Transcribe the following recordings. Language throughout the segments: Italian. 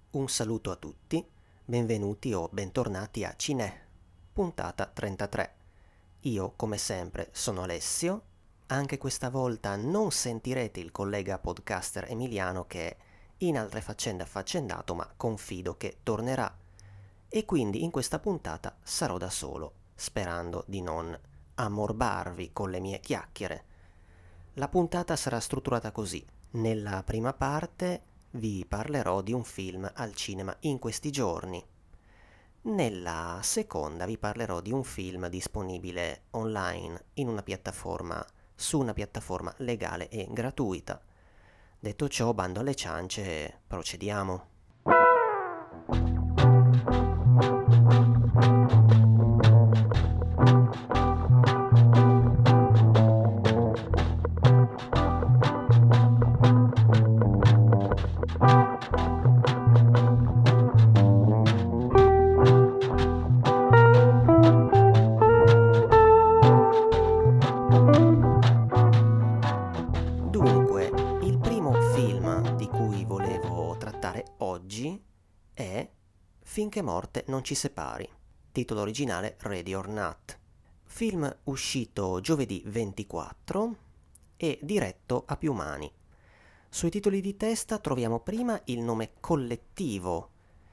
Un saluto a tutti, benvenuti o bentornati a Cinè, puntata 33. Io, come sempre, sono Alessio. Anche questa volta non sentirete il collega podcaster Emiliano che è in altre faccende affaccendato, ma confido che tornerà. E quindi in questa puntata sarò da solo, sperando di non ammorbarvi con le mie chiacchiere. La puntata sarà strutturata così. Nella prima parte vi parlerò di un film al cinema in questi giorni. Nella seconda vi parlerò di un film disponibile online su una piattaforma legale e gratuita. Detto ciò, bando alle ciance e procediamo. Dunque, il primo film di cui volevo trattare oggi è Finché morte non ci separi, titolo originale Ready or Not. Film uscito giovedì 24 e diretto a più mani. Sui titoli di testa troviamo prima il nome collettivo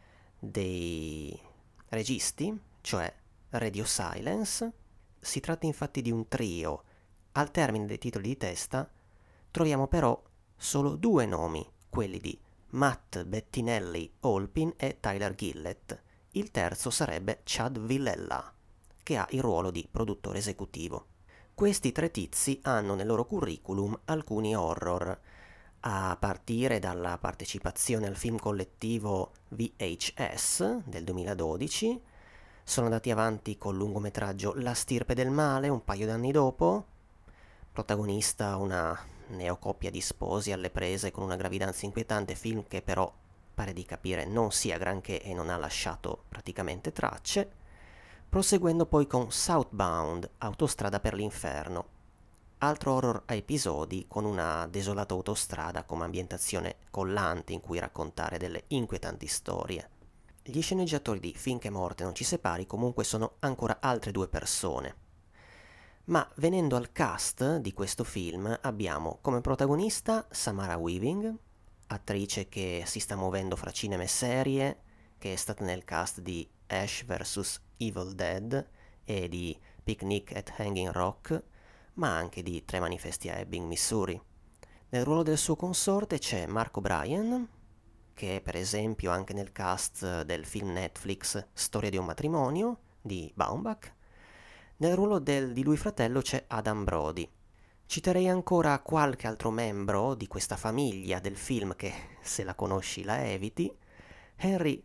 dei registi, cioè Radio Silence. Si tratta infatti di un trio. Al termine dei titoli di testa troviamo però solo due nomi, quelli di Matt Bettinelli Olpin e Tyler Gillett. Il terzo sarebbe Chad Villella, che ha il ruolo di produttore esecutivo. Questi tre tizi hanno nel loro curriculum alcuni horror, a partire dalla partecipazione al film collettivo VHS del 2012. Sono andati avanti col lungometraggio La stirpe del male un paio d'anni dopo. Protagonista una neocoppia di sposi alle prese con una gravidanza inquietante, film che però pare di capire non sia granché e non ha lasciato praticamente tracce, proseguendo poi con Southbound, Autostrada per l'inferno, altro horror a episodi con una desolata autostrada come ambientazione collante in cui raccontare delle inquietanti storie. Gli sceneggiatori di Finché morte non ci separi comunque sono ancora altre due persone. Ma venendo al cast di questo film abbiamo come protagonista Samara Weaving, attrice che si sta muovendo fra cinema e serie, che è stata nel cast di Ash vs. Evil Dead e di Picnic at Hanging Rock, ma anche di Tre manifesti a Ebbing, Missouri. Nel ruolo del suo consorte c'è Mark O'Brien, che è per esempio anche nel cast del film Netflix Storia di un matrimonio di Baumbach. Nel ruolo di lui fratello c'è Adam Brody. Citerei ancora qualche altro membro di questa famiglia del film che, se la conosci, la eviti. Henry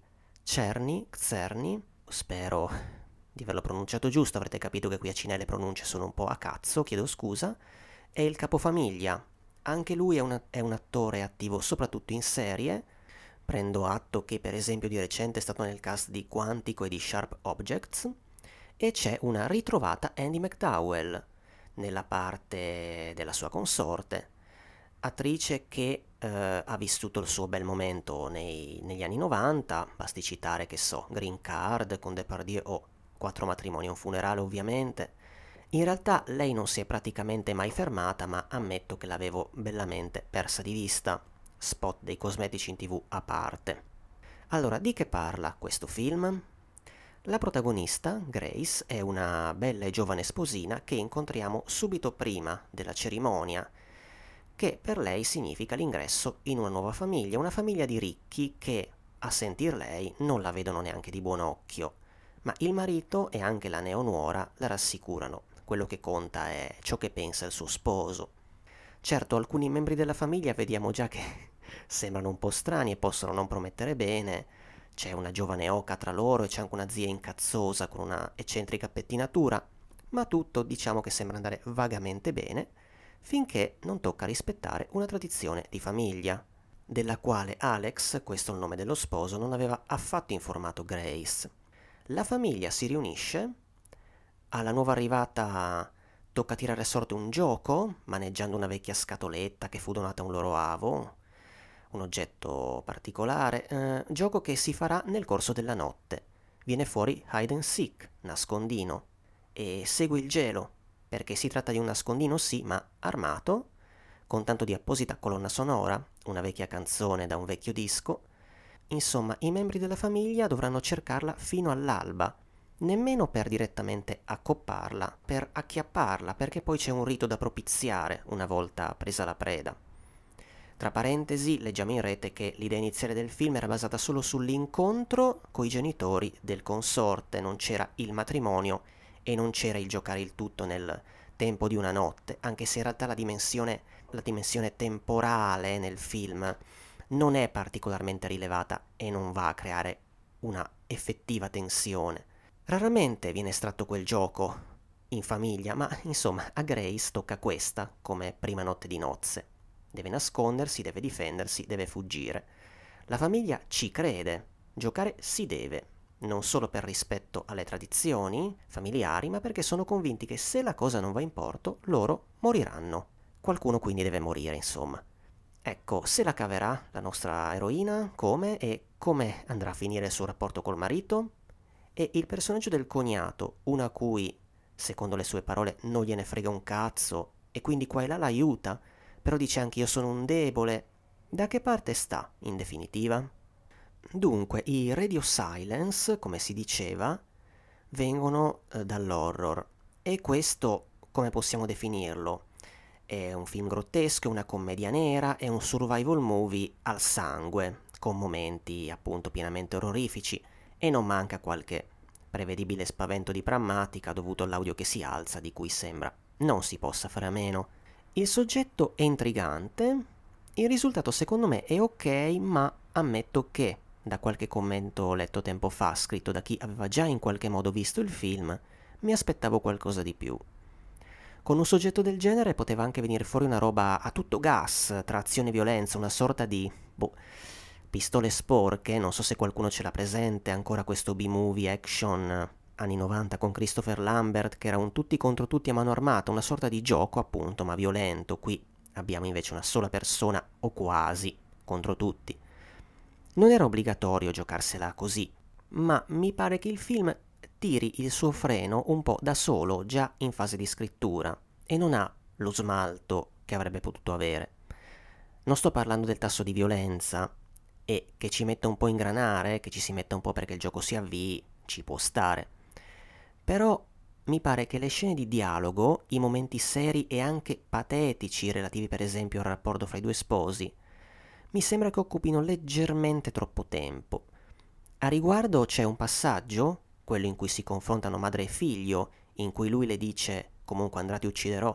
Czerny, spero di averlo pronunciato giusto, avrete capito che qui a Cine le pronunce sono un po' a cazzo, chiedo scusa. È il capofamiglia. Anche lui è un attore attivo soprattutto in serie. Prendo atto che per esempio di recente è stato nel cast di Quantico e di Sharp Objects. E c'è una ritrovata Andie MacDowell nella parte della sua consorte, attrice che ha vissuto il suo bel momento negli anni 90, basti citare, che so, Green Card con Depardieu o Quattro matrimoni e un funerale ovviamente. In realtà lei non si è praticamente mai fermata, ma ammetto che l'avevo bellamente persa di vista, spot dei cosmetici in TV a parte. Allora, di che parla questo film? La protagonista, Grace, è una bella e giovane sposina che incontriamo subito prima della cerimonia, che per lei significa l'ingresso in una famiglia di ricchi che, a sentir lei, non la vedono neanche di buon occhio, ma il marito e anche la neonuora la rassicurano. Quello che conta è ciò che pensa il suo sposo. Certo, alcuni membri della famiglia vediamo già che sembrano un po' strani e possono non promettere bene. C'è una giovane oca tra loro e c'è anche una zia incazzosa con una eccentrica pettinatura, ma tutto diciamo che sembra andare vagamente bene, finché non tocca rispettare una tradizione di famiglia, della quale Alex, questo è il nome dello sposo, non aveva affatto informato Grace. La famiglia si riunisce, alla nuova arrivata tocca tirare a sorte un gioco, maneggiando una vecchia scatoletta che fu donata a un loro avo, un oggetto particolare, gioco che si farà nel corso della notte. Viene fuori hide and seek, nascondino, e segui il gelo, perché si tratta di un nascondino sì, ma armato, con tanto di apposita colonna sonora, una vecchia canzone da un vecchio disco. Insomma, i membri della famiglia dovranno cercarla fino all'alba, nemmeno per direttamente accopparla, per acchiapparla, perché poi c'è un rito da propiziare una volta presa la preda. Tra parentesi, leggiamo in rete che l'idea iniziale del film era basata solo sull'incontro coi genitori del consorte, non c'era il matrimonio e non c'era il giocare il tutto nel tempo di una notte, anche se in realtà la dimensione temporale nel film non è particolarmente rilevata e non va a creare una effettiva tensione. Raramente viene estratto quel gioco in famiglia, ma insomma a Grace tocca questa come prima notte di nozze. Deve nascondersi, deve difendersi, deve fuggire. La famiglia ci crede, giocare si deve, non solo per rispetto alle tradizioni familiari, ma perché sono convinti che se la cosa non va in porto, loro moriranno. Qualcuno quindi deve morire, insomma. Ecco, se la caverà la nostra eroina, come e come andrà a finire il suo rapporto col marito? E il personaggio del cognato, una a cui, secondo le sue parole, non gliene frega un cazzo, e quindi qua e là l'aiuta, però dice anche io sono un debole. Da che parte sta, in definitiva? Dunque, i radio silence, come si diceva, vengono dall'horror. E questo, come possiamo definirlo? È un film grottesco, è una commedia nera, è un survival movie al sangue, con momenti appunto pienamente orrorifici, e non manca qualche prevedibile spavento di prammatica dovuto all'audio che si alza, di cui sembra non si possa fare a meno. Il soggetto è intrigante, il risultato secondo me è ok, ma ammetto che, da qualche commento letto tempo fa, scritto da chi aveva già in qualche modo visto il film, mi aspettavo qualcosa di più. Con un soggetto del genere poteva anche venire fuori una roba a tutto gas, tra azione e violenza, una sorta di, pistole sporche, non so se qualcuno ce l'ha presente, ancora questo B-movie action anni 90 con Christopher Lambert, che era un tutti contro tutti a mano armata, una sorta di gioco appunto, ma violento. Qui abbiamo invece una sola persona, o quasi, contro tutti. Non era obbligatorio giocarsela così, ma mi pare che il film tiri il suo freno un po' da solo già in fase di scrittura e non ha lo smalto che avrebbe potuto avere. Non sto parlando del tasso di violenza e che ci metta un po' a ingranare, che ci si metta un po' perché il gioco si avvii, ci può stare. Però mi pare che le scene di dialogo, i momenti seri e anche patetici relativi per esempio al rapporto fra i due sposi, mi sembra che occupino leggermente troppo tempo. A riguardo c'è un passaggio, quello in cui si confrontano madre e figlio, in cui lui le dice comunque andrà ti ucciderò,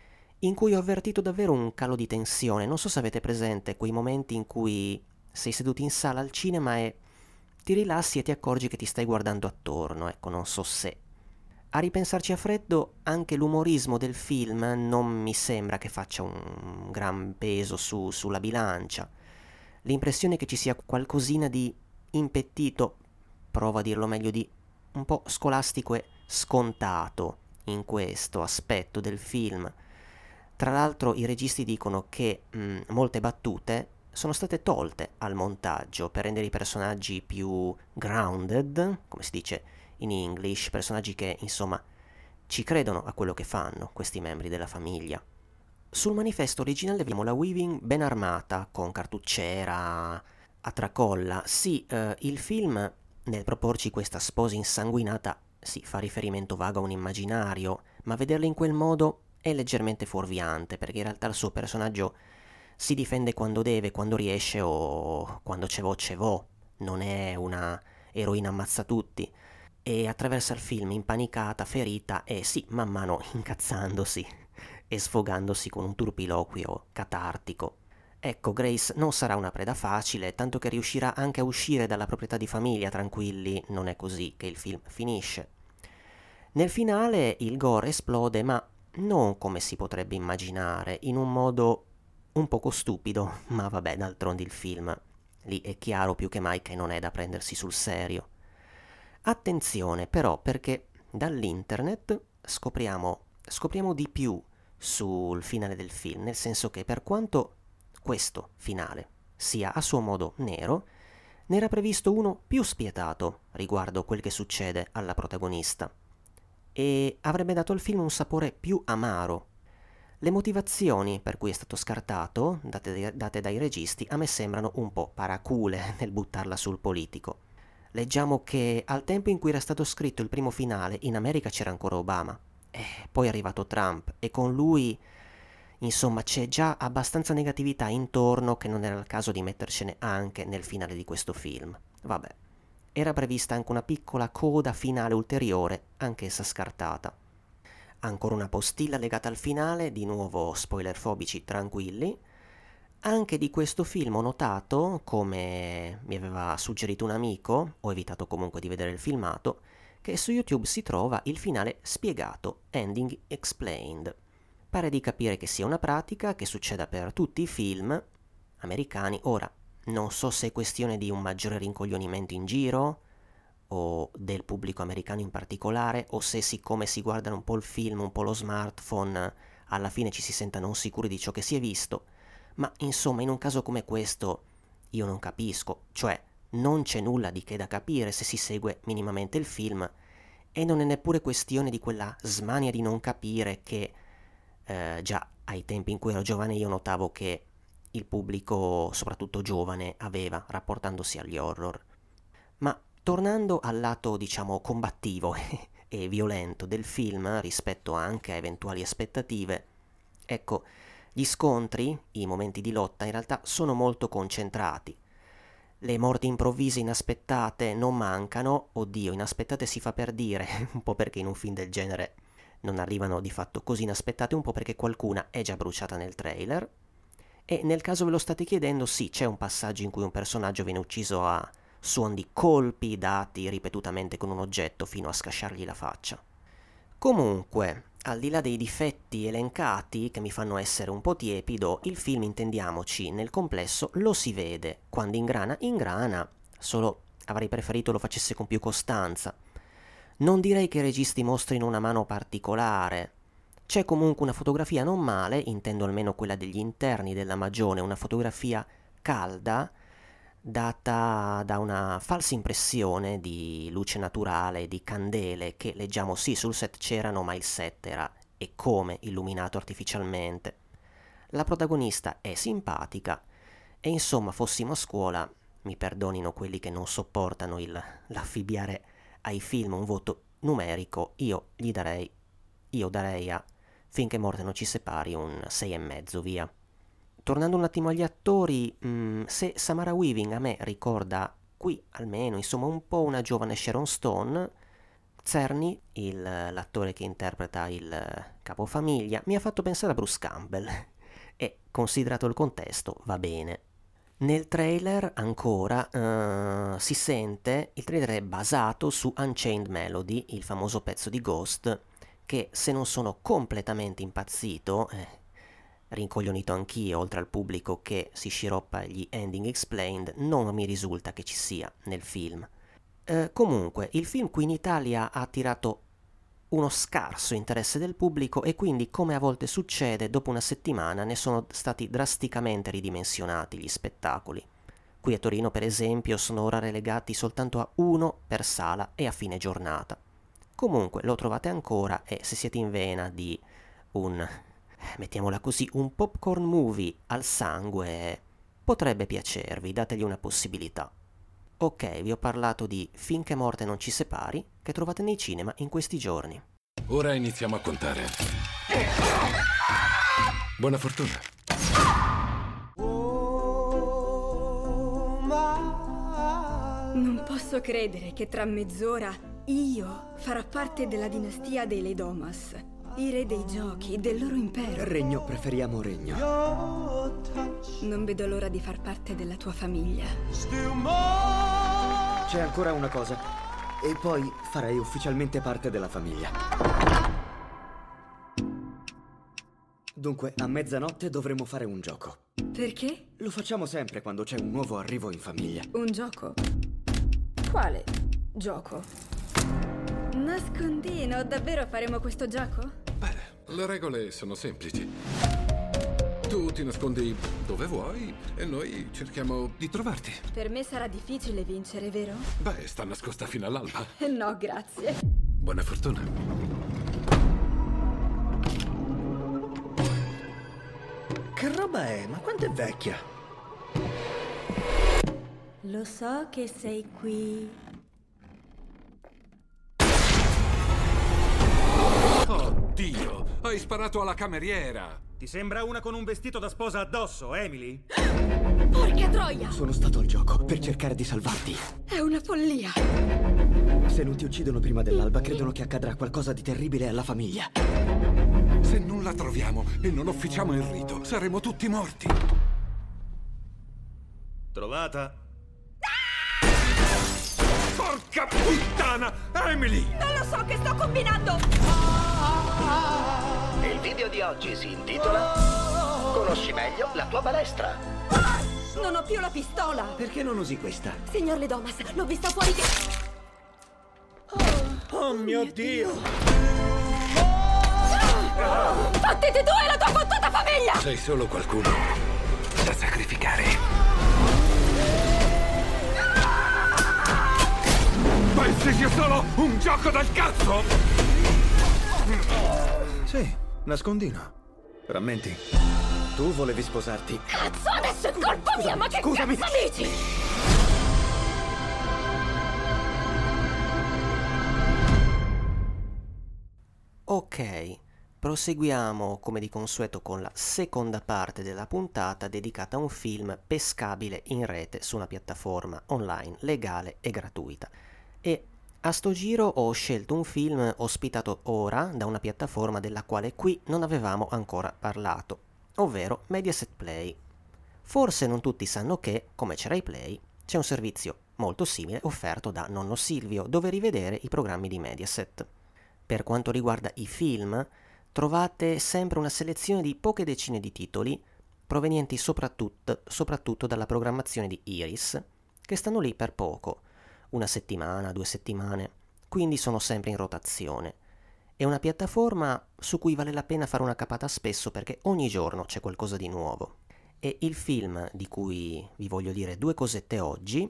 in cui ho avvertito davvero un calo di tensione. Non so se avete presente quei momenti in cui sei seduti in sala al cinema e ti rilassi e ti accorgi che ti stai guardando attorno, ecco, non so se. A ripensarci a freddo, anche l'umorismo del film non mi sembra che faccia un gran peso sulla bilancia. L'impressione che ci sia qualcosina di impettito, provo a dirlo meglio, di un po' scolastico e scontato in questo aspetto del film. Tra l'altro i registi dicono che molte battute sono state tolte al montaggio per rendere i personaggi più grounded, come si dice in English, personaggi che insomma ci credono a quello che fanno questi membri della famiglia. Sul manifesto originale vediamo la Weaving ben armata, con cartucciera a tracolla. Sì, il film, nel proporci questa sposa insanguinata, sì, fa riferimento vago a un immaginario, ma vederla in quel modo è leggermente fuorviante, perché in realtà il suo personaggio si difende quando deve, quando riesce o quando ce vo. Non è una eroina ammazza tutti. E attraversa il film impanicata, ferita e sì, man mano incazzandosi e sfogandosi con un turpiloquio catartico. Ecco, Grace non sarà una preda facile, tanto che riuscirà anche a uscire dalla proprietà di famiglia tranquilli, non è così che il film finisce. Nel finale il gore esplode, ma non come si potrebbe immaginare, in un modo un poco stupido, ma vabbè, d'altronde il film lì è chiaro più che mai che non è da prendersi sul serio. Attenzione però, perché dall'internet scopriamo di più sul finale del film, nel senso che per quanto questo finale sia a suo modo nero, ne era previsto uno più spietato riguardo quel che succede alla protagonista e avrebbe dato al film un sapore più amaro. Le motivazioni per cui è stato scartato, date dai registi, a me sembrano un po' paracule nel buttarla sul politico. Leggiamo che al tempo in cui era stato scritto il primo finale in America c'era ancora Obama, poi è arrivato Trump e con lui, insomma, c'è già abbastanza negatività intorno che non era il caso di mettercene anche nel finale di questo film. Vabbè, era prevista anche una piccola coda finale ulteriore, anch'essa scartata. Ancora una postilla legata al finale, di nuovo spoiler fobici tranquilli. Anche di questo film ho notato, come mi aveva suggerito un amico, ho evitato comunque di vedere il filmato, che su YouTube si trova il finale spiegato, Ending Explained. Pare di capire che sia una pratica che succeda per tutti i film americani. Ora, non so se è questione di un maggiore rincoglionimento in giro, o del pubblico americano in particolare, o se siccome si guardano un po' il film, un po' lo smartphone, alla fine ci si senta non sicuri di ciò che si è visto, ma insomma in un caso come questo io non capisco, cioè non c'è nulla di che da capire se si segue minimamente il film e non è neppure questione di quella smania di non capire che già ai tempi in cui ero giovane io notavo che il pubblico, soprattutto giovane, aveva rapportandosi agli horror. Ma tornando al lato, diciamo, combattivo e violento del film rispetto anche a eventuali aspettative, ecco, gli scontri, i momenti di lotta in realtà sono molto concentrati. Le morti improvvise inaspettate non mancano, oddio, inaspettate si fa per dire, un po' perché in un film del genere non arrivano di fatto così inaspettate, un po' perché qualcuna è già bruciata nel trailer. E nel caso ve lo state chiedendo, sì, c'è un passaggio in cui un personaggio viene ucciso a suon di colpi dati ripetutamente con un oggetto fino a scasciargli la faccia. Comunque, al di là dei difetti elencati che mi fanno essere un po' tiepido, il film, intendiamoci, nel complesso lo si vede. Quando ingrana, solo avrei preferito lo facesse con più costanza. Non direi che i registi mostrino una mano particolare. C'è comunque una fotografia non male, intendo almeno quella degli interni della magione, una fotografia calda, data da una falsa impressione di luce naturale, di candele, che leggiamo sì sul set c'erano, ma il set era e come illuminato artificialmente. La protagonista è simpatica e insomma fossimo a scuola, mi perdonino quelli che non sopportano l'affibbiare ai film un voto numerico, io darei a Finché morte non ci separi un 6,5, via. Tornando un attimo agli attori, se Samara Weaving a me ricorda qui almeno insomma un po' una giovane Sharon Stone, Czerny, l'attore che interpreta il capofamiglia, mi ha fatto pensare a Bruce Campbell e considerato il contesto va bene. Nel trailer ancora si sente, il trailer è basato su Unchained Melody, il famoso pezzo di Ghost, che se non sono completamente impazzito, rincoglionito anch'io, oltre al pubblico che si sciroppa gli Ending Explained, non mi risulta che ci sia nel film. Comunque, il film qui in Italia ha attirato uno scarso interesse del pubblico e quindi, come a volte succede, dopo una settimana ne sono stati drasticamente ridimensionati gli spettacoli. Qui a Torino, per esempio, sono ora relegati soltanto a 1 per sala e a fine giornata. Comunque lo trovate ancora e se siete in vena di mettiamola così, un popcorn movie al sangue, potrebbe piacervi, dategli una possibilità. Ok, vi ho parlato di Finché morte non ci separi, che trovate nei cinema in questi giorni. Ora iniziamo a contare. Buona fortuna. Non posso credere che tra mezz'ora io farò parte della dinastia dei Leidomas, i re dei giochi, del loro impero. Regno, preferiamo regno. Non vedo l'ora di far parte della tua famiglia. C'è ancora una cosa. E poi farei ufficialmente parte della famiglia. Dunque, a mezzanotte dovremo fare un gioco. Perché? Lo facciamo sempre quando c'è un nuovo arrivo in famiglia. Un gioco? Quale gioco? Nascondino, davvero faremo questo gioco? Beh, le regole sono semplici. Tu ti nascondi dove vuoi e noi cerchiamo di trovarti. Per me sarà difficile vincere, vero? Beh, sta nascosta fino all'alba. No, grazie. Buona fortuna. Che roba è? Ma quanto è vecchia? Lo so che sei qui. Oddio, hai sparato alla cameriera. Ti sembra una con un vestito da sposa addosso, Emily? Porca troia! Sono stato al gioco per cercare di salvarti. È una follia. Se non ti uccidono prima dell'alba, credono che accadrà qualcosa di terribile alla famiglia. Se non la troviamo e non officiamo il rito, saremo tutti morti. Trovata? Porca puttana! Emily! Non lo so che sto combinando! Il video di oggi si intitola Conosci meglio la tua balestra. Non ho più la pistola! Perché non usi questa? Signor Ledomas, l'ho vista fuori che... Oh mio Dio! Fottiti tu e la tua fottuta famiglia! Sei solo qualcuno da sacrificare. Pensi sia solo un gioco del cazzo? Sì, nascondino. Rammenti? Tu volevi sposarti. Cazzo, adesso è colpa mia, ma che scusami. cazzo dici? Ok, proseguiamo come di consueto con la seconda parte della puntata dedicata a un film pescabile in rete su una piattaforma online legale e gratuita. E a sto giro ho scelto un film ospitato ora da una piattaforma della quale qui non avevamo ancora parlato, ovvero Mediaset Play. Forse non tutti sanno che, come c'è Rai Play, c'è un servizio molto simile offerto da nonno Silvio, dove rivedere i programmi di Mediaset. Per quanto riguarda i film, trovate sempre una selezione di poche decine di titoli, provenienti soprattutto dalla programmazione di Iris, che stanno lì per poco, una settimana, 2 settimane, quindi sono sempre in rotazione. È una piattaforma su cui vale la pena fare una capata spesso perché ogni giorno c'è qualcosa di nuovo. E il film di cui vi voglio dire 2 cosette oggi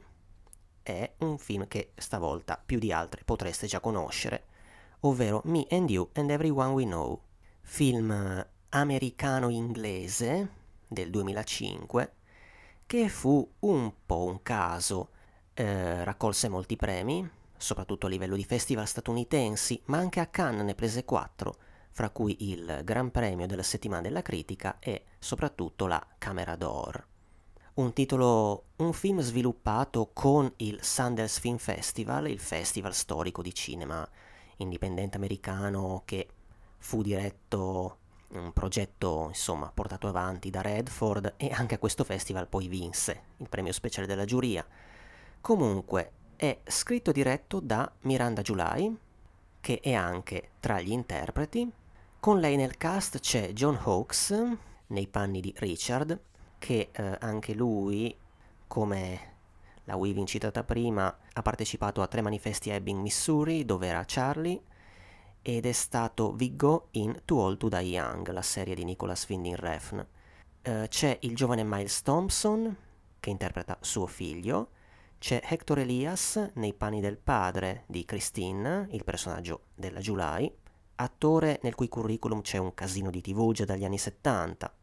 è un film che stavolta più di altri potreste già conoscere, ovvero Me and You and Everyone We Know, film americano-inglese del 2005 che fu un po' un caso. Raccolse molti premi, soprattutto a livello di festival statunitensi, ma anche a Cannes ne prese 4, fra cui il Gran Premio della Settimana della Critica e soprattutto la Camera d'Or. Un film sviluppato con il Sundance Film Festival, il festival storico di cinema indipendente americano che fu diretto, un progetto insomma portato avanti da Redford, e anche a questo festival poi vinse il premio speciale della giuria. Comunque è scritto e diretto da Miranda July, che è anche tra gli interpreti. Con lei nel cast c'è John Hawkes nei panni di Richard, che anche lui, come la Weaving citata prima, ha partecipato a 3 manifesti a Ebbing, Missouri, dove era Charlie, ed è stato Viggo in Too Old to Die Young, la serie di Nicholas Winding Refn. C'è il giovane Miles Thompson, che interpreta suo figlio. C'è Hector Elias nei panni del padre di Christine, il personaggio della July, attore nel cui curriculum c'è un casino di TV già dagli anni 70.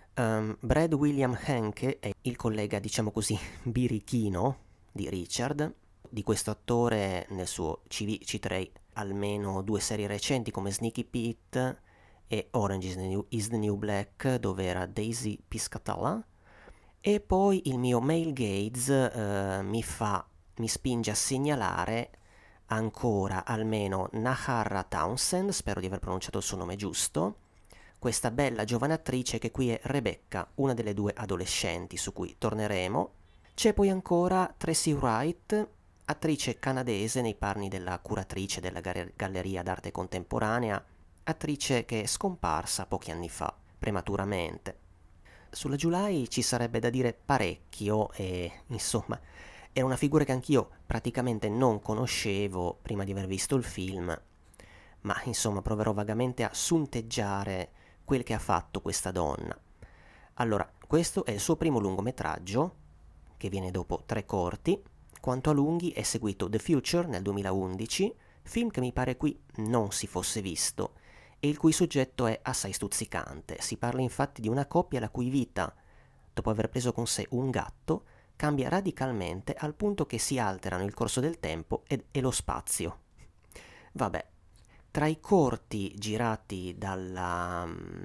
Brad William Henke è il collega, diciamo così, birichino di Richard. Di questo attore nel suo CV citerei almeno 2 serie recenti come Sneaky Pete e Orange is the New Black, dove era Daisy Piscatella. E poi il mio male gaze mi spinge a segnalare ancora almeno Nahara Townsend, spero di aver pronunciato il suo nome giusto, questa bella giovane attrice che qui è Rebecca, una delle 2 adolescenti su cui torneremo. C'è poi ancora Tracy Wright, attrice canadese nei panni della curatrice della Galleria d'Arte Contemporanea, attrice che è scomparsa pochi anni fa, prematuramente. Sulla July ci sarebbe da dire parecchio e, insomma, era una figura che anch'io praticamente non conoscevo prima di aver visto il film, ma insomma proverò vagamente a sunteggiare quel che ha fatto questa donna. Allora, questo è il suo primo lungometraggio, che viene dopo 3 corti. Quanto a lunghi è seguito The Future nel 2011, film che mi pare qui non si fosse visto, e il cui soggetto è assai stuzzicante. Si parla infatti di una coppia la cui vita, dopo aver preso con sé un gatto, cambia radicalmente al punto che si alterano il corso del tempo e lo spazio. Vabbè, tra i corti girati dalla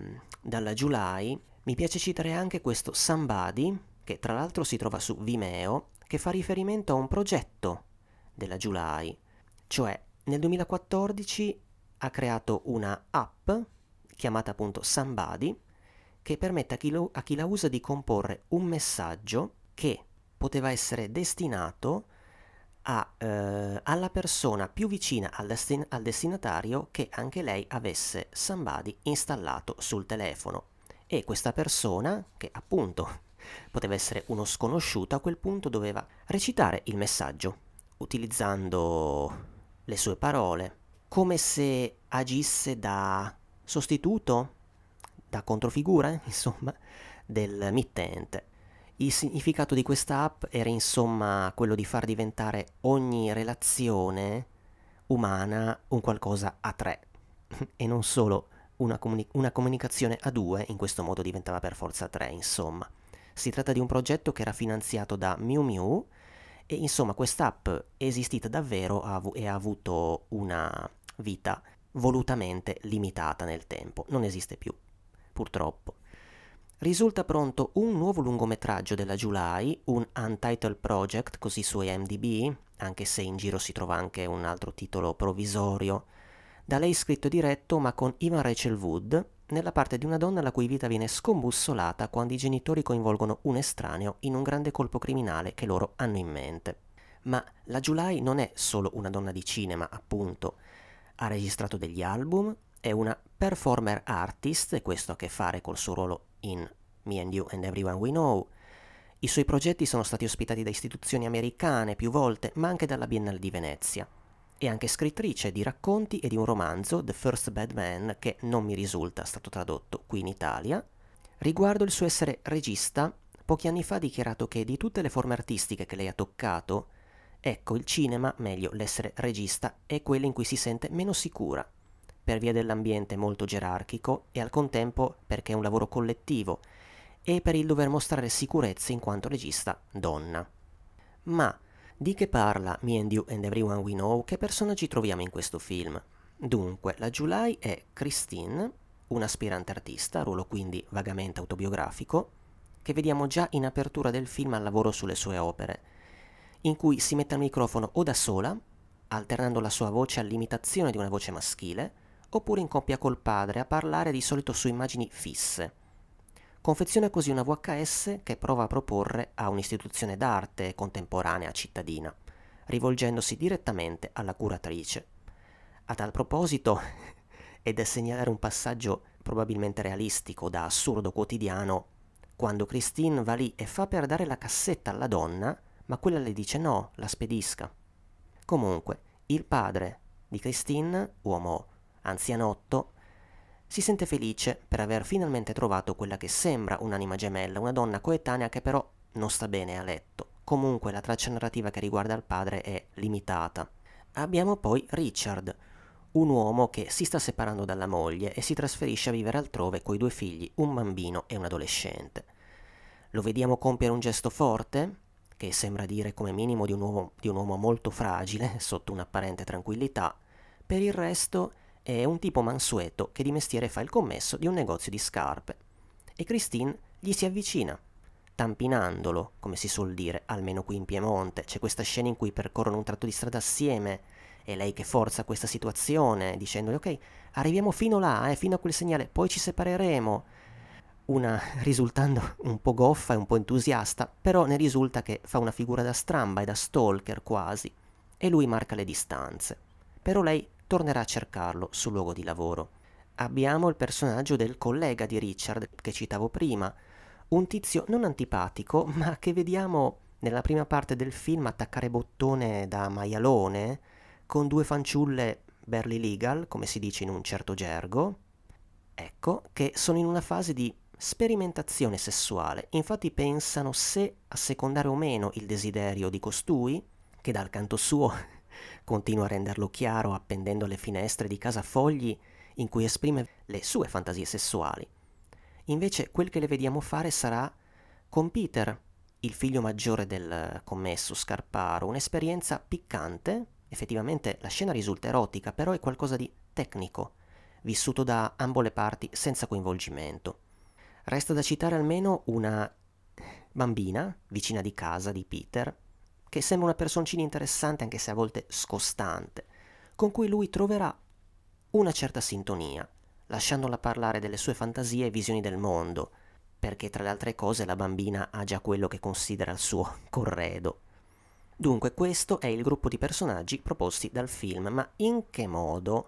July mi piace citare anche questo Somebody, che tra l'altro si trova su Vimeo, che fa riferimento a un progetto della July, cioè nel 2014 ha creato una app chiamata appunto Somebody, che permette a chi la usa di comporre un messaggio che poteva essere destinato alla persona più vicina al destinatario che anche lei avesse Somebody installato sul telefono. E questa persona, che appunto poteva essere uno sconosciuto, a quel punto doveva recitare il messaggio, utilizzando le sue parole, come se agisse da sostituto, da controfigura, insomma, del mittente. Il significato di questa app era insomma quello di far diventare ogni relazione umana un qualcosa a 3 e non solo una comunicazione a 2, in questo modo diventava per forza 3, insomma. Si tratta di un progetto che era finanziato da Miu Miu e insomma quest'app è esistita davvero e ha avuto una vita volutamente limitata nel tempo, non esiste più, purtroppo. Risulta pronto un nuovo lungometraggio della July, un Untitled Project, così su IMDb, anche se in giro si trova anche un altro titolo provvisorio, da lei scritto e diretto ma con Evan Rachel Wood, nella parte di una donna la cui vita viene scombussolata quando i genitori coinvolgono un estraneo in un grande colpo criminale che loro hanno in mente. Ma la July non è solo una donna di cinema, appunto. Ha registrato degli album, è una performer artist, e questo ha a che fare col suo ruolo in Me and You and Everyone We Know. I suoi progetti sono stati ospitati da istituzioni americane più volte, ma anche dalla Biennale di Venezia. È anche scrittrice di racconti e di un romanzo, The First Bad Man, che non mi risulta stato tradotto qui in Italia. Riguardo il suo essere regista, pochi anni fa ha dichiarato che di tutte le forme artistiche che lei ha toccato, ecco, il cinema, meglio l'essere regista, è quella in cui si sente meno sicura, per via dell'ambiente molto gerarchico e al contempo perché è un lavoro collettivo e per il dover mostrare sicurezza in quanto regista donna. Ma di che parla Me and You and Everyone We Know? Che personaggi troviamo in questo film? Dunque, la July è Christine, un'aspirante artista, ruolo quindi vagamente autobiografico, che vediamo già in apertura del film al lavoro sulle sue opere, in cui si mette al microfono o da sola, alternando la sua voce all'imitazione di una voce maschile, oppure in coppia col padre a parlare di solito su immagini fisse. Confeziona così una VHS che prova a proporre a un'istituzione d'arte contemporanea cittadina, rivolgendosi direttamente alla curatrice. A tal proposito, è da segnalare un passaggio probabilmente realistico da assurdo quotidiano, quando Christine va lì e fa per dare la cassetta alla donna, ma quella le dice no, la spedisca. Comunque, il padre di Christine, uomo anzianotto, si sente felice per aver finalmente trovato quella che sembra un'anima gemella, una donna coetanea che però non sta bene a letto. Comunque la traccia narrativa che riguarda il padre è limitata. Abbiamo poi Richard, un uomo che si sta separando dalla moglie e si trasferisce a vivere altrove coi 2 figli, un bambino e un adolescente. Lo vediamo compiere un gesto forte, che sembra dire come minimo di un uomo molto fragile, sotto un'apparente tranquillità. Per il resto è un tipo mansueto che di mestiere fa il commesso di un negozio di scarpe. E Christine gli si avvicina, tampinandolo, come si suol dire, almeno qui in Piemonte. C'è questa scena in cui percorrono un tratto di strada assieme, e lei che forza questa situazione, dicendogli ok, arriviamo fino là, fino a quel segnale, poi ci separeremo. Una risultando un po' goffa e un po' entusiasta, però ne risulta che fa una figura da stramba e da stalker quasi, e lui marca le distanze. Però lei tornerà a cercarlo sul luogo di lavoro. Abbiamo il personaggio del collega di Richard che citavo prima, un tizio non antipatico, ma che vediamo nella prima parte del film attaccare bottone da maialone con 2 fanciulle barely legal, come si dice in un certo gergo, ecco, che sono in una fase di sperimentazione sessuale. Infatti pensano se assecondare o meno il desiderio di costui, che dal canto suo continua a renderlo chiaro appendendo alle finestre di casa fogli in cui esprime le sue fantasie sessuali. Invece quel che le vediamo fare sarà con Peter, il figlio maggiore del commesso Scarparo, un'esperienza piccante. Effettivamente la scena risulta erotica, però è qualcosa di tecnico, vissuto da ambo le parti senza coinvolgimento. Resta da citare almeno una bambina vicina di casa di Peter, che sembra una personcina interessante anche se a volte scostante, con cui lui troverà una certa sintonia, lasciandola parlare delle sue fantasie e visioni del mondo, perché tra le altre cose la bambina ha già quello che considera il suo corredo. Dunque questo è il gruppo di personaggi proposti dal film, ma in che modo?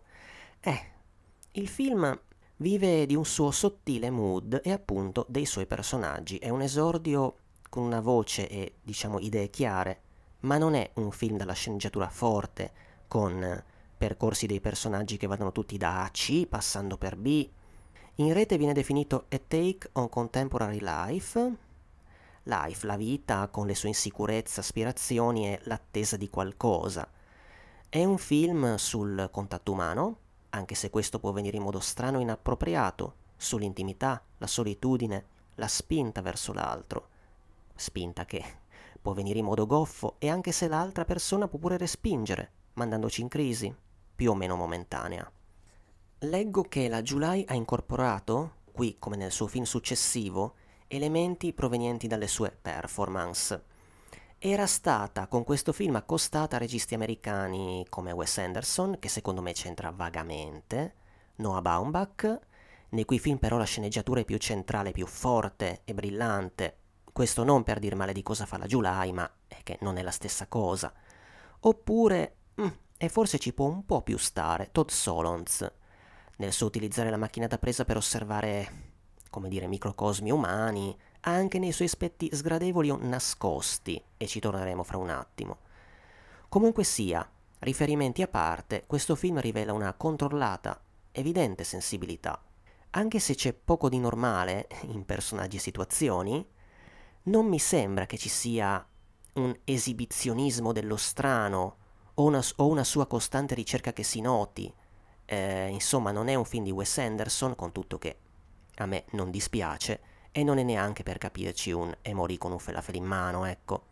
Il film vive di un suo sottile mood e appunto dei suoi personaggi. È un esordio con una voce e, diciamo, idee chiare, ma non è un film dalla sceneggiatura forte, con percorsi dei personaggi che vadano tutti da A a C, passando per B. In rete viene definito a take on contemporary life, la vita con le sue insicurezze, aspirazioni e l'attesa di qualcosa. È un film sul contatto umano, anche se questo può venire in modo strano e inappropriato, sull'intimità, la solitudine, la spinta verso l'altro, spinta che può venire in modo goffo e anche se l'altra persona può pure respingere, mandandoci in crisi, più o meno momentanea. Leggo che la July ha incorporato, qui come nel suo film successivo, elementi provenienti dalle sue performance. Era stata con questo film accostata a registi americani come Wes Anderson, che secondo me c'entra vagamente, Noah Baumbach, nei cui film però la sceneggiatura è più centrale, più forte e brillante. Questo non per dir male di Cosa fa la July, ma è che non è la stessa cosa. Oppure, e forse ci può un po' più stare, Todd Solondz, nel suo utilizzare la macchina da presa per osservare, come dire, microcosmi umani, anche nei suoi aspetti sgradevoli o nascosti, e ci torneremo fra un attimo. Comunque sia, riferimenti a parte, questo film rivela una controllata, evidente sensibilità. Anche se c'è poco di normale in personaggi e situazioni, non mi sembra che ci sia un esibizionismo dello strano o una sua costante ricerca che si noti. Insomma, non è un film di Wes Anderson, con tutto che a me non dispiace, e non è neanche per capirci un "e morì con un falafel in mano", ecco.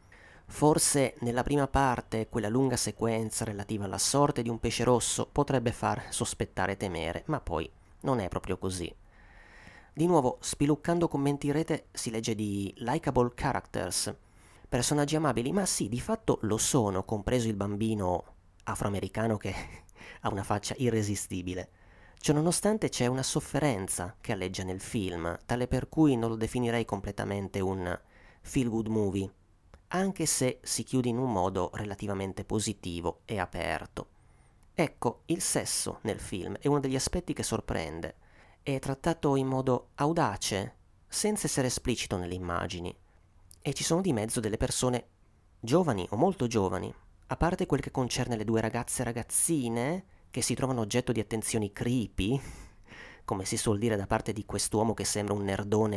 Forse nella prima parte quella lunga sequenza relativa alla sorte di un pesce rosso potrebbe far sospettare e temere, ma poi non è proprio così. Di nuovo, spiluccando commenti in rete si legge di likable characters, personaggi amabili, ma sì, di fatto lo sono, compreso il bambino afroamericano che ha una faccia irresistibile. Ciononostante c'è una sofferenza che alleggia nel film, tale per cui non lo definirei completamente un feel-good movie, anche se si chiude in un modo relativamente positivo e aperto. Ecco, il sesso nel film è uno degli aspetti che sorprende. È trattato in modo audace, senza essere esplicito nelle immagini, e ci sono di mezzo delle persone giovani o molto giovani, a parte quel che concerne le due ragazze ragazzine che si trovano oggetto di attenzioni creepy, come si suol dire da parte di quest'uomo che sembra un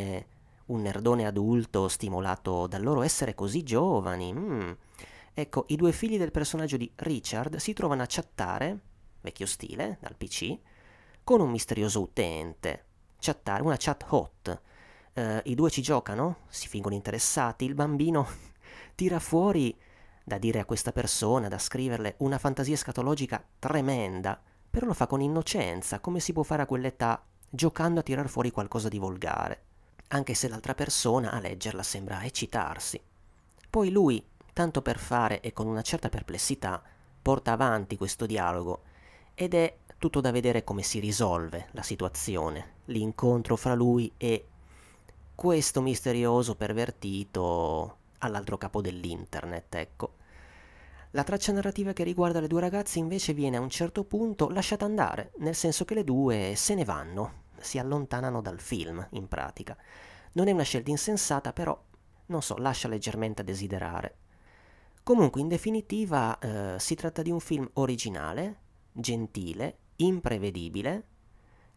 nerdone adulto stimolato dal loro essere così giovani. Ecco, i due figli del personaggio di Richard si trovano a chattare, vecchio stile, dal PC, con un misterioso utente. Chattare, una chat hot. I due ci giocano, si fingono interessati, il bambino tira fuori da dire a questa persona, da scriverle, una fantasia escatologica tremenda, però lo fa con innocenza, come si può fare a quell'età, giocando a tirar fuori qualcosa di volgare, anche se l'altra persona a leggerla sembra eccitarsi. Poi lui, tanto per fare e con una certa perplessità, porta avanti questo dialogo, ed è tutto da vedere come si risolve la situazione, l'incontro fra lui e questo misterioso pervertito all'altro capo dell'internet, ecco. La traccia narrativa che riguarda le due ragazze invece viene a un certo punto lasciata andare, nel senso che le due se ne vanno, si allontanano dal film, in pratica. Non è una scelta insensata, però, non so, lascia leggermente a desiderare. Comunque, in definitiva, si tratta di un film originale, gentile, imprevedibile,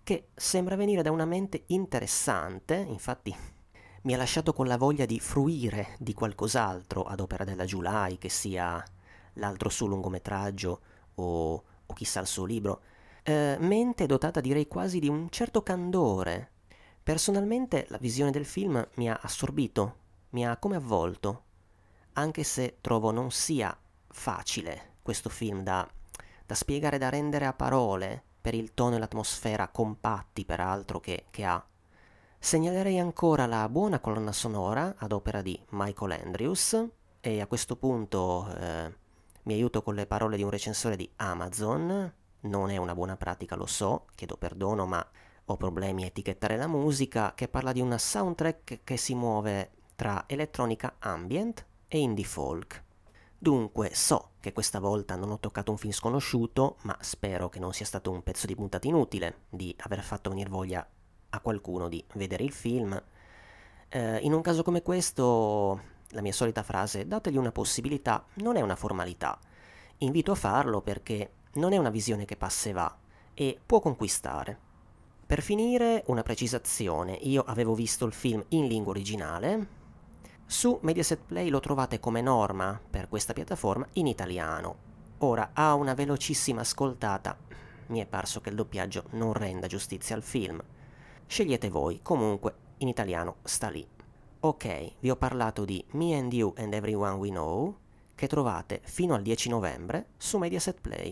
che sembra venire da una mente interessante, infatti mi ha lasciato con la voglia di fruire di qualcos'altro ad opera della July, che sia l'altro suo lungometraggio o chissà il suo libro. Mente dotata direi quasi di un certo candore. Personalmente la visione del film mi ha assorbito, mi ha come avvolto, anche se trovo non sia facile questo film da spiegare, da rendere a parole, per il tono e l'atmosfera compatti peraltro che ha. Segnalerei ancora la buona colonna sonora ad opera di Michael Andrews, e a questo punto mi aiuto con le parole di un recensore di Amazon. Non è una buona pratica, lo so, chiedo perdono, ma ho problemi a etichettare la musica, che parla di una soundtrack che si muove tra elettronica ambient e indie folk. Dunque, so che questa volta non ho toccato un film sconosciuto, ma spero che non sia stato un pezzo di puntata inutile, di aver fatto venire voglia a qualcuno di vedere il film. In un caso come questo, la mia solita frase, dategli una possibilità, non è una formalità. Invito a farlo perché non è una visione che passa e va, e può conquistare. Per finire, una precisazione. Io avevo visto il film in lingua originale. Su Mediaset Play lo trovate come norma per questa piattaforma in italiano. Ora, a una velocissima ascoltata, mi è parso che il doppiaggio non renda giustizia al film. Scegliete voi, comunque in italiano sta lì. Ok, vi ho parlato di Me and You and Everyone We Know, che trovate fino al 10 novembre su Mediaset Play.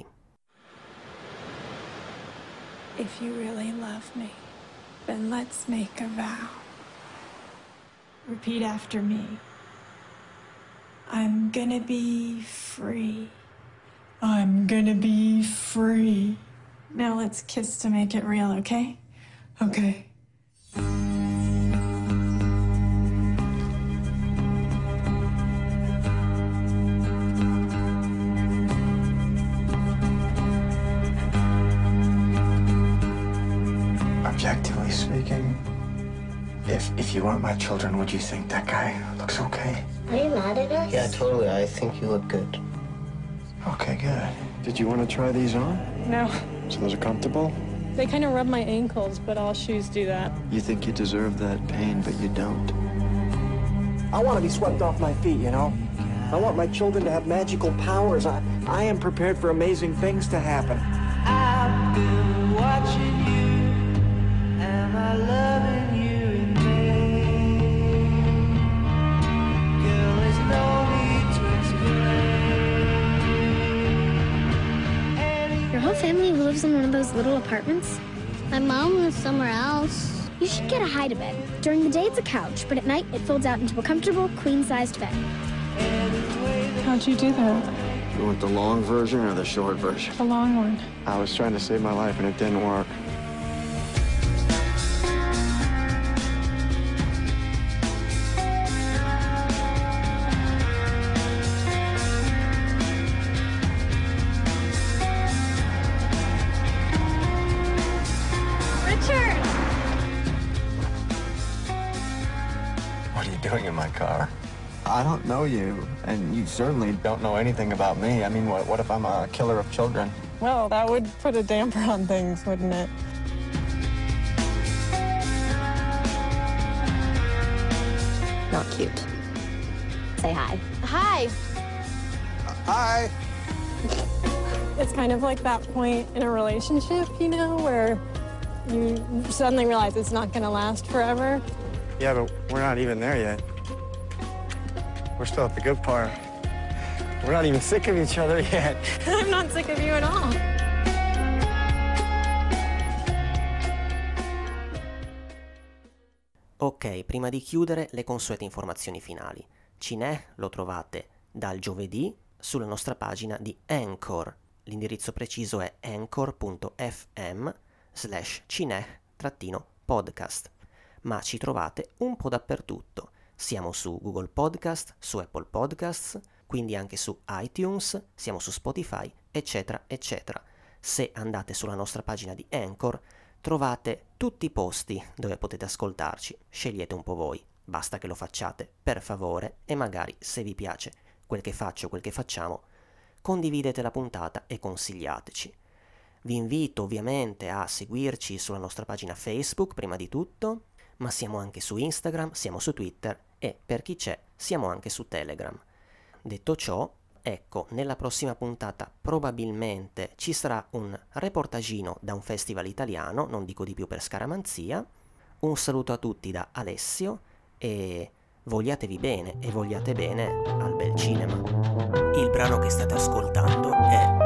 If you really love me, then let's make a vow. Repeat after me. I'm gonna be free. I'm gonna be free. Now let's kiss to make it real, okay? Okay. Objectively speaking, if you weren't my children, would you think that guy looks okay? Are you mad at us? Yeah, totally. I think you look good. Okay, good. Did you want to try these on? No. So those are comfortable? They kind of rub my ankles, but all shoes do that. You think you deserve that pain, but you don't. I want to be swept off my feet, you know? I want my children to have magical powers. I am prepared for amazing things to happen. I've been watching you. Am I loving you in vain? Girl, there's no need to explain. Your whole family lives in one of those little apartments? My mom lives somewhere else. You should get a hide-a-bed. During the day, it's a couch, but at night, it folds out into a comfortable, queen-sized bed. How'd you do that? You want the long version or the short version? The long one. I was trying to save my life and it didn't work. Richard! What are you doing in my car? I don't know you, and you certainly don't know anything about me. I mean, what if I'm a killer of children? Well, that would put a damper on things, wouldn't it? Not cute. Say hi. Hi! Hi. It's kind of like that point in a relationship, you know, where you suddenly realize it's not gonna last forever. Yeah, but we're not even there yet. We're still at the good part. We're not even sick of each other yet. I'm not sick of you at all. Ok, prima di chiudere le consuete informazioni finali. Cinè lo trovate dal giovedì sulla nostra pagina di Anchor. L'indirizzo preciso è anchor.fm/cinè-podcast. Ma ci trovate un po' dappertutto. Siamo su Google Podcast, su Apple Podcasts, quindi anche su iTunes, siamo su Spotify, eccetera, eccetera. Se andate sulla nostra pagina di Anchor, trovate tutti i posti dove potete ascoltarci. Scegliete un po' voi, basta che lo facciate, per favore, e magari, se vi piace quel che faccio, quel che facciamo, condividete la puntata e consigliateci. Vi invito ovviamente a seguirci sulla nostra pagina Facebook prima di tutto, ma siamo anche su Instagram, siamo su Twitter e, per chi c'è, siamo anche su Telegram. Detto ciò, ecco, nella prossima puntata probabilmente ci sarà un reportagino da un festival italiano, non dico di più per scaramanzia. Un saluto a tutti da Alessio e vogliatevi bene e vogliate bene al bel cinema. Il brano che state ascoltando è